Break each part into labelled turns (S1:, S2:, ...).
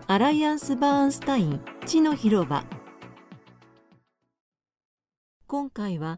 S1: アライアンス・バーンスタイン知の広場。今回は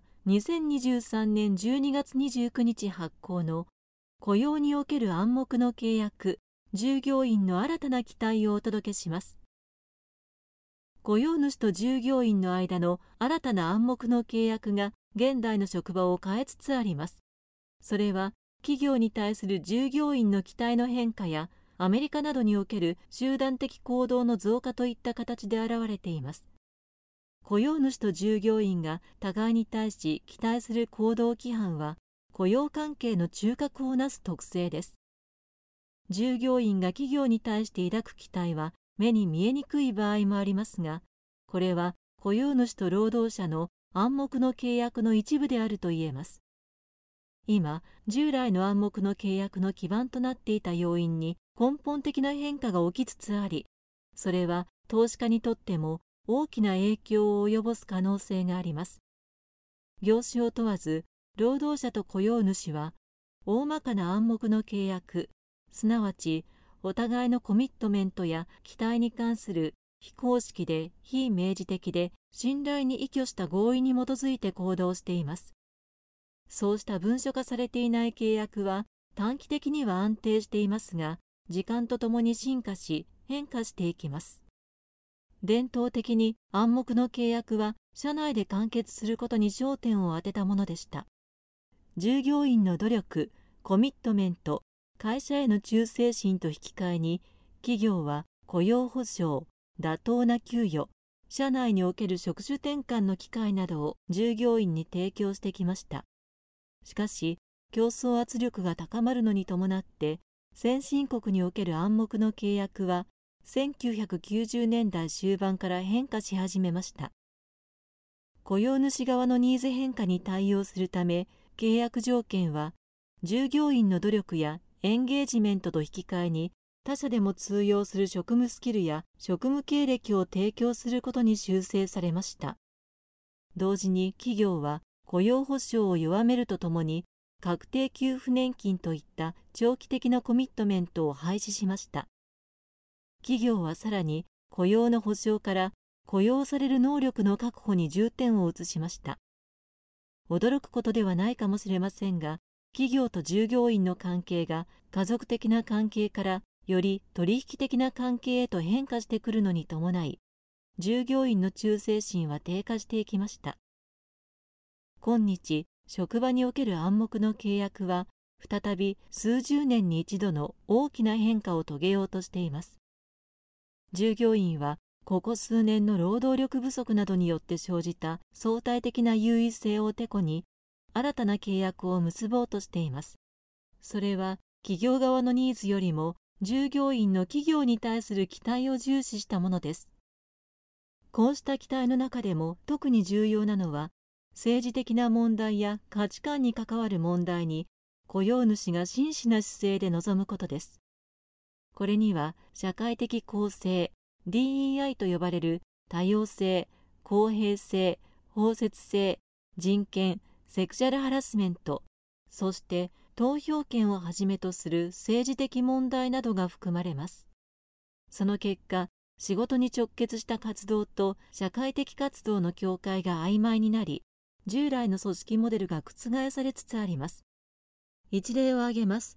S1: 2023年12月29日発行の雇用における暗黙の契約、従業員の新たな期待をお届けします。雇用主と従業員の間の新たな暗黙の契約が現代の職場を変えつつあります。それは企業に対する従業員の期待の変化やアメリカなどにおける集団的行動の増加といった形で現れています。雇用主と従業員が互いに対し期待する行動規範は雇用関係の中核をなす特性です。従業員が企業に対して抱く期待は目に見えにくい場合もありますが、これは雇用主と労働者の暗黙の契約の一部であると言えます。今、従来の暗黙の契約の基盤となっていた要因に根本的な変化が起きつつあり、それは投資家にとっても大きな影響を及ぼす可能性があります。業種を問わず、労働者と雇用主は、大まかな暗黙の契約、すなわち、お互いのコミットメントや期待に関する非公式で非明示的で信頼に依拠した合意に基づいて行動しています。そうした文書化されていない契約は短期的には安定していますが、時間とともに進化し変化していきます。伝統的に暗黙の契約は社内で完結することに焦点を当てたものでした。従業員の努力、コミットメント、会社への忠誠心と引き換えに、企業は雇用保障、妥当な給与、社内における職種転換の機会などを従業員に提供してきました。しかし、競争圧力が高まるのに伴って、先進国における暗黙の契約は、1990年代終盤から変化し始めました。雇用主側のニーズ変化に対応するため、契約条件は、従業員の努力やエンゲージメントと引き換えに、他社でも通用する職務スキルや職務経歴を提供することに修正されました。同時に企業は、雇用保障を弱めるとともに、確定給付年金といった長期的なコミットメントを廃止しました。企業はさらに雇用の保障から雇用される能力の確保に重点を移しました。驚くことではないかもしれませんが、企業と従業員の関係が家族的な関係からより取引的な関係へと変化してくるのに伴い、従業員の忠誠心は低下していきました。今日、職場における暗黙の契約は、再び数十年に一度の大きな変化を遂げようとしています。従業員は、ここ数年の労働力不足などによって生じた相対的な優位性をてこに、新たな契約を結ぼうとしています。それは、企業側のニーズよりも、従業員の企業に対する期待を重視したものです。こうした期待の中でも特に重要なのは、政治的な問題や価値観に関わる問題に雇用主が真摯な姿勢で臨むことです。これには社会的公正、DEI と呼ばれる多様性、公平性、包摂性、人権、セクシャルハラスメント、そして投票権をはじめとする政治的問題などが含まれます。その結果、仕事に直結した活動と社会的活動の境界が曖昧になり、従来の組織モデルが覆されつつあります。一例を挙げます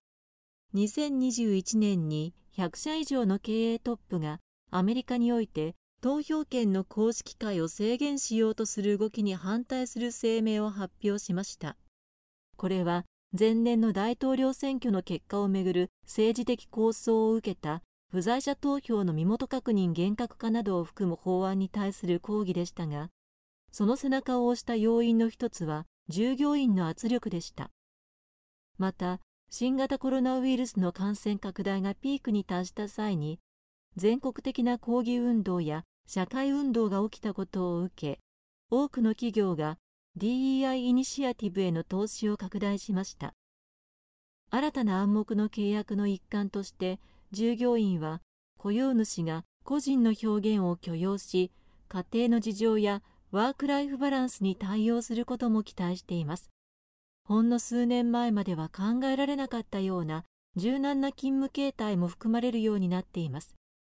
S1: 。2021年に100社以上の経営トップがアメリカにおいて投票権の行使機会を制限しようとする動きに反対する声明を発表しました。これは前年の大統領選挙の結果をめぐる政治的構想を受けた不在者投票の身元確認厳格化などを含む法案に対する抗議でしたが、その背中を押した要因の一つは従業員の圧力でした。また、新型コロナウイルスの感染拡大がピークに達した際に、全国的な抗議運動や社会運動が起きたことを受け、多くの企業が DEI イニシアティブへの投資を拡大しました。新たな暗黙の契約の一環として、従業員は雇用主が個人の表現を許容し、家庭の事情やワークライフバランスに対応することも期待しています。ほんの数年前までは考えられなかったような柔軟な勤務形態も含まれるようになっています。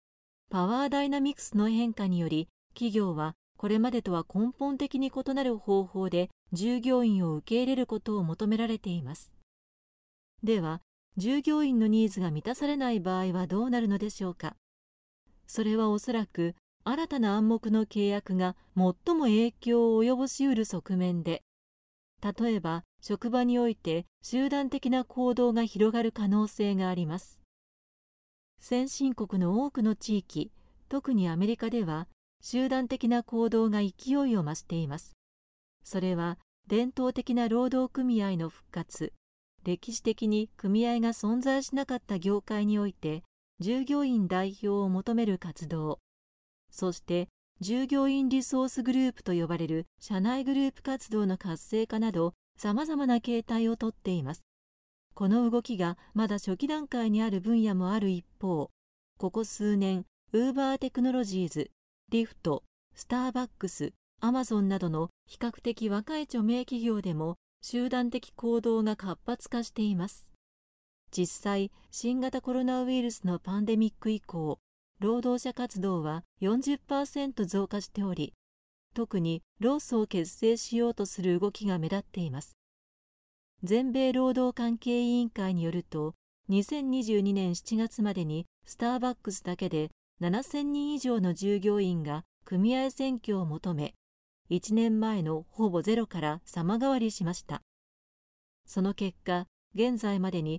S1: パワーダイナミクスの変化により、企業はこれまでとは根本的に異なる方法で従業員を受け入れることを求められています。では、従業員のニーズが満たされない場合はどうなるのでしょうか。それはおそらく新たな暗黙の契約が最も影響を及ぼしうる側面で、例えば職場において集団的な行動が広がる可能性があります。先進国の多くの地域、特にアメリカでは集団的な行動が勢いを増しています。それは伝統的な労働組合の復活、歴史的に組合が存在しなかった業界において従業員代表を求める活動、そして従業員リソースグループと呼ばれる社内グループ活動の活性化などさまざまな形態をとっています。この動きがまだ初期段階にある分野もある一方、ここ数年、ウーバーテクノロジーズ、リフト、スターバックス、アマゾンなどの比較的若い著名企業でも集団的行動が活発化しています。実際、新型コロナウイルスのパンデミック以降、労働者活動は 40% 増加しており、特に労組を結成しようとする動きが目立っています。全米労働関係委員会によると、2022年7月までにスターバックスだけで7000人以上の従業員が組合選挙を求め、1年前のほぼゼロから様変わりしました。その結果、現在までに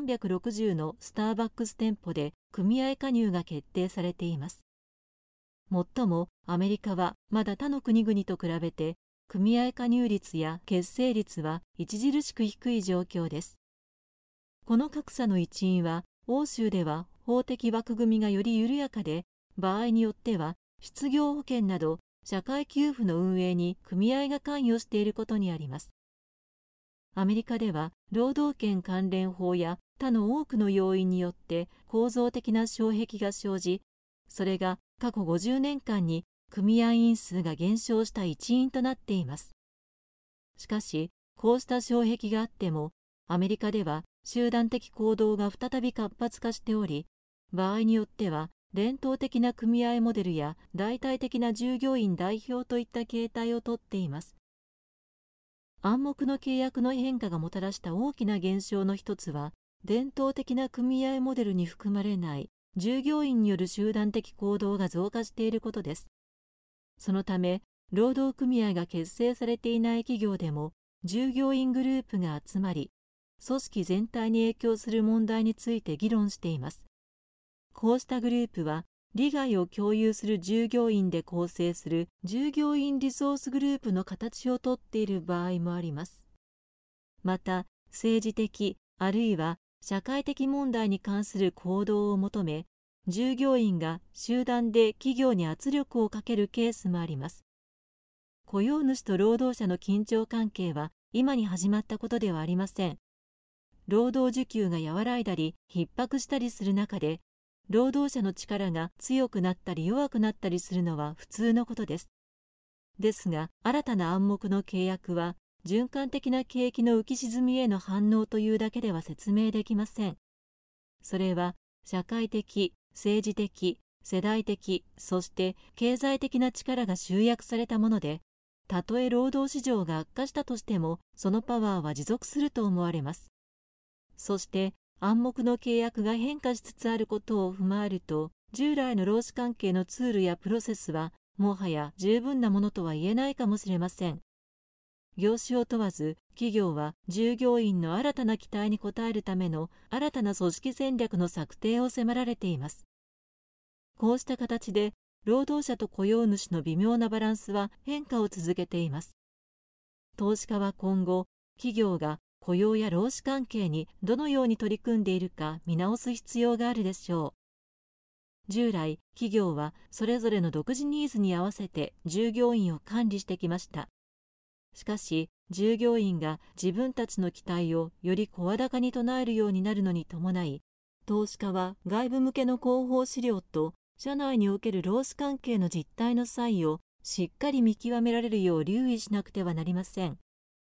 S1: 360のスターバックス店舗で組合加入が決定されています。もっともアメリカはまだ他の国々と比べて組合加入率や結成率は著しく低い状況です。この格差の一因は、欧州では法的枠組みがより緩やかで、場合によっては失業保険など社会給付の運営に組合が関与していることにあります。アメリカでは労働権関連法や他の多くの要因によって構造的な障壁が生じ、それが過去50年間に組合員数が減少した一因となっています。しかし、こうした障壁があっても、アメリカでは集団的行動が再び活発化しており、場合によっては伝統的な組合モデルや代替的な従業員代表といった形態をとっています。暗黙の契約の変化がもたらした大きな現象の一つは、伝統的な組合モデルに含まれない従業員による集団的行動が増加していることです。そのため、労働組合が結成されていない企業でも従業員グループが集まり、組織全体に影響する問題について議論しています。こうしたグループは、利害を共有する従業員で構成する従業員リソースグループの形をとっている場合もあります。また、政治的あるいは社会的問題に関する行動を求め、従業員が集団で企業に圧力をかけるケースもあります。雇用主と労働者の緊張関係は今に始まったことではありません。労働需給が和らいだり逼迫したりする中で、労働者の力が強くなったり弱くなったりするのは普通のことです。ですが、新たな暗黙の契約は、循環的な景気の浮き沈みへの反応というだけでは説明できません。それは、社会的、政治的、世代的、そして経済的な力が集約されたもので、たとえ労働市場が悪化したとしても、そのパワーは持続すると思われます。そして、暗黙の契約が変化しつつあることを踏まえると、従来の労使関係のツールやプロセスは、もはや十分なものとは言えないかもしれません。業種を問わず、企業は従業員の新たな期待に応えるための新たな組織戦略の策定を迫られています。こうした形で、労働者と雇用主の微妙なバランスは変化を続けています。投資家は今後、企業が雇用や労使関係にどのように取り組んでいるか見直す必要があるでしょう。従来、企業はそれぞれの独自ニーズに合わせて従業員を管理してきました。しかし、従業員が自分たちの期待をより声高に唱えるようになるのに伴い、投資家は外部向けの広報資料と社内における労使関係の実態の差異をしっかり見極められるよう留意しなくてはなりません。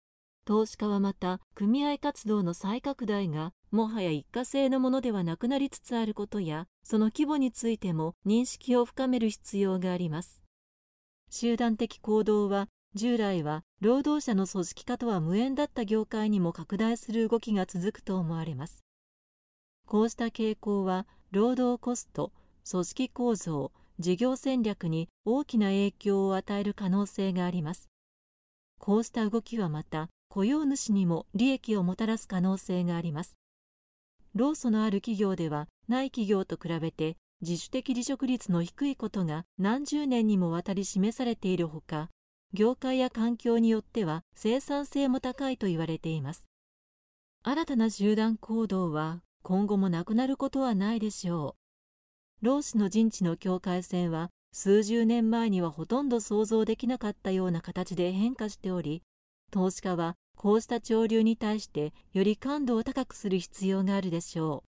S1: 投資家はまた組合活動の再拡大がもはや一過性のものではなくなりつつあることや、その規模についても認識を深める必要があります。集団的行動は従来は労働者の組織化とは無縁だった業界にも拡大する動きが続くと思われます。こうした傾向は労働コスト、組織構造、事業戦略に大きな影響を与える可能性があります。こうした動きはまた雇用主にも利益をもたらす可能性があります。労組のある企業ではない企業と比べて自主的離職率の低いことが何十年にもわたり示されているほか、業界や環境によっては生産性も高いと言われています。新たな集団行動は今後もなくなることはないでしょう。労使の人知の境界線は数十年前にはほとんど想像できなかったような形で変化しており、投資家はこうした潮流に対してより感度を高くする必要があるでしょう。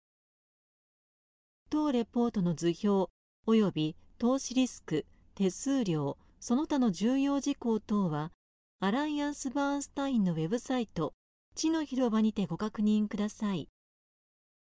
S1: 当レポートの図表及び投資リスク、手数料、その他の重要事項等は、アライアンス・バーンスタインのウェブサイト、知の広場にてご確認ください。